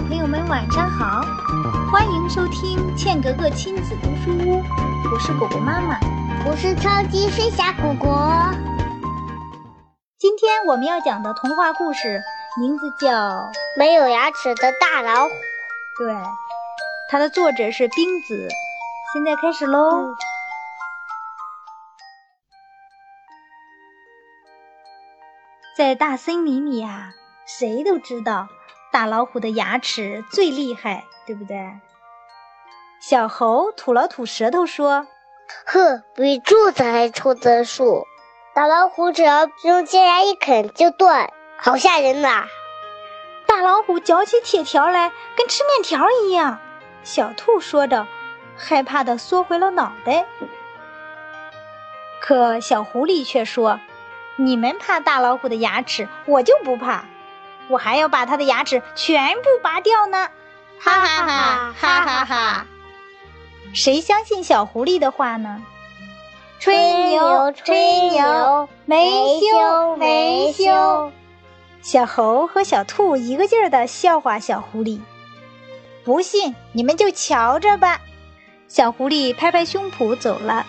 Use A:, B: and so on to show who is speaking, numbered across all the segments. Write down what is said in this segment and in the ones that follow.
A: 朋友们晚上好，欢迎收听茜格格亲子读书屋，我是果果妈妈，
B: 我是超级飞侠果果。
A: 今天我们要讲的童话故事名字叫《
B: 没有牙齿的大老虎》。
A: 对，它的作者是冰子。现在开始喽。在大森林里啊，谁都知道大老虎的牙齿最厉害，对不对？小猴吐了吐舌头说：
B: 呵，比柱子还粗的树，大老虎只要用尖牙一啃就断，好吓人呐！
A: 大老虎嚼起铁条来跟吃面条一样，小兔说着，害怕地缩回了脑袋。可小狐狸却说：你们怕大老虎的牙齿，我就不怕，我还要把它的牙齿全部拔掉呢！哈哈哈哈哈哈！谁相信小狐狸的话呢？
B: 吹牛吹牛，没羞没羞。
A: 小猴和小兔一个劲儿地笑话小狐狸。不信你们就瞧着吧。小狐狸拍拍胸脯走了。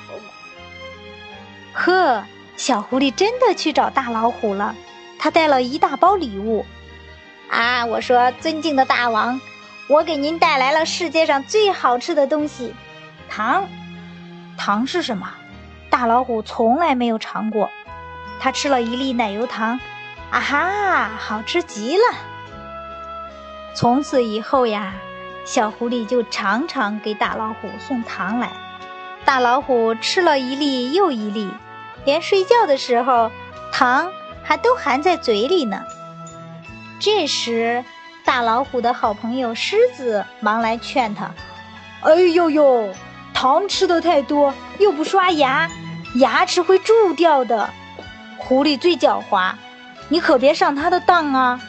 A: 呵，小狐狸真的去找大老虎了，他带了一大包礼物。啊，我说尊敬的大王，我给您带来了世界上最好吃的东西——糖。糖是什么？大老虎从来没有尝过。他吃了一粒奶油糖，啊哈，好吃极了。从此以后呀，小狐狸就常常给大老虎送糖来。大老虎吃了一粒又一粒，连睡觉的时候糖还都含在嘴里呢。这时大老虎的好朋友狮子忙来劝他：哎呦呦，糖吃得太多又不刷牙，牙齿会蛀掉的。狐狸最狡猾，你可别上他的当啊。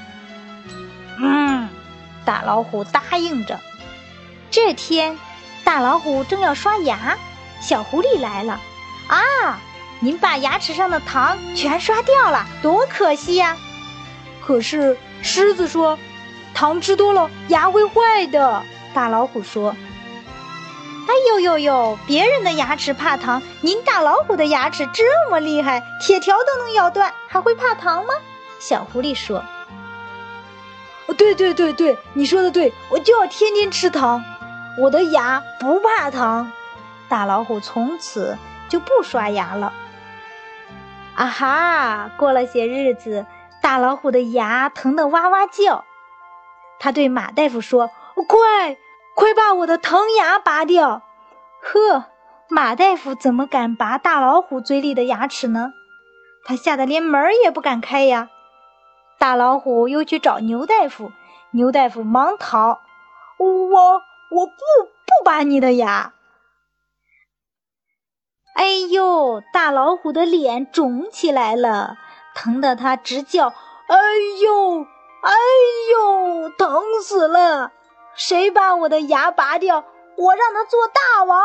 A: 大老虎答应着。这天大老虎正要刷牙，小狐狸来了。啊，您把牙齿上的糖全刷掉了，多可惜呀！可是狮子说，糖吃多了牙会坏的。大老虎说，哎呦呦呦，别人的牙齿怕糖，您大老虎的牙齿这么厉害，铁条都能咬断，还会怕糖吗？小狐狸说，对，你说的对，我就要天天吃糖，我的牙不怕糖。大老虎从此就不刷牙了。啊哈，过了些日子，大老虎的牙疼得哇哇叫。他对马大夫说，快把我的疼牙拔掉。呵，马大夫怎么敢拔大老虎嘴里的牙齿呢？他吓得连门也不敢开呀。大老虎又去找牛大夫，牛大夫忙逃，我不拔你的牙。哎呦，大老虎的脸肿起来了，疼得他直叫，哎呦，疼死了！谁把我的牙拔掉，我让他做大王。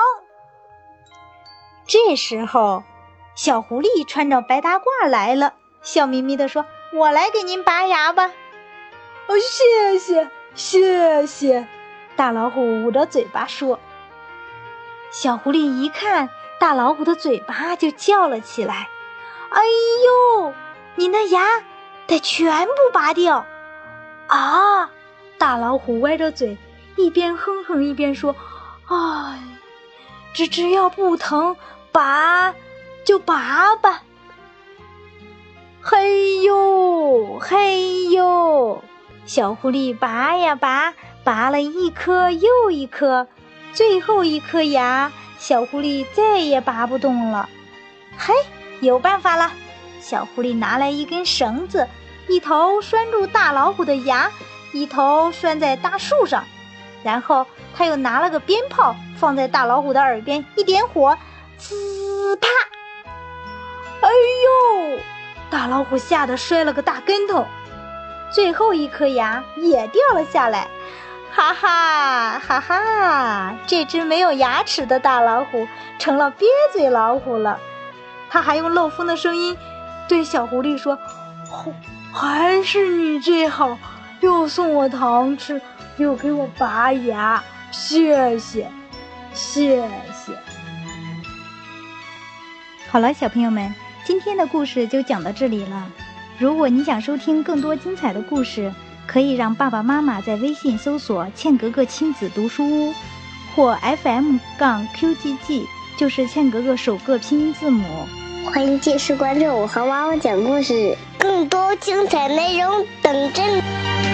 A: 这时候小狐狸穿着白大褂来了，笑眯眯地说，我来给您拔牙吧。谢谢，大老虎捂着嘴巴说。小狐狸一看大老虎的嘴巴，就叫了起来，哎呦，你那牙得全部拔掉啊！大老虎歪着嘴，一边哼哼一边说，哎，只要不疼，拔就拔吧。嘿呦，小狐狸拔呀拔，拔了一颗又一颗，最后一颗牙小狐狸再也拔不动了。嘿，有办法了！小狐狸拿来一根绳子，一头拴住大老虎的牙，一头拴在大树上，然后他又拿了个鞭炮放在大老虎的耳边，一点火，滋啪！哎呦，大老虎吓得摔了个大跟头，最后一颗牙也掉了下来。哈哈，这只没有牙齿的大老虎成了瘪嘴老虎了。他还用漏风的声音对小狐狸说，还是你最好，又送我糖吃，
C: 又给我拔牙，谢谢，谢谢。
A: 好了，小朋友们，今天的故事就讲到这里了。如果你想收听更多精彩的故事，可以让爸爸妈妈在微信搜索茜格格亲子读书屋，或 FM-QGG， 就是茜格格首个拼音字母。
B: 欢迎继续关注我和妈妈讲故事，更多精彩内容等着你。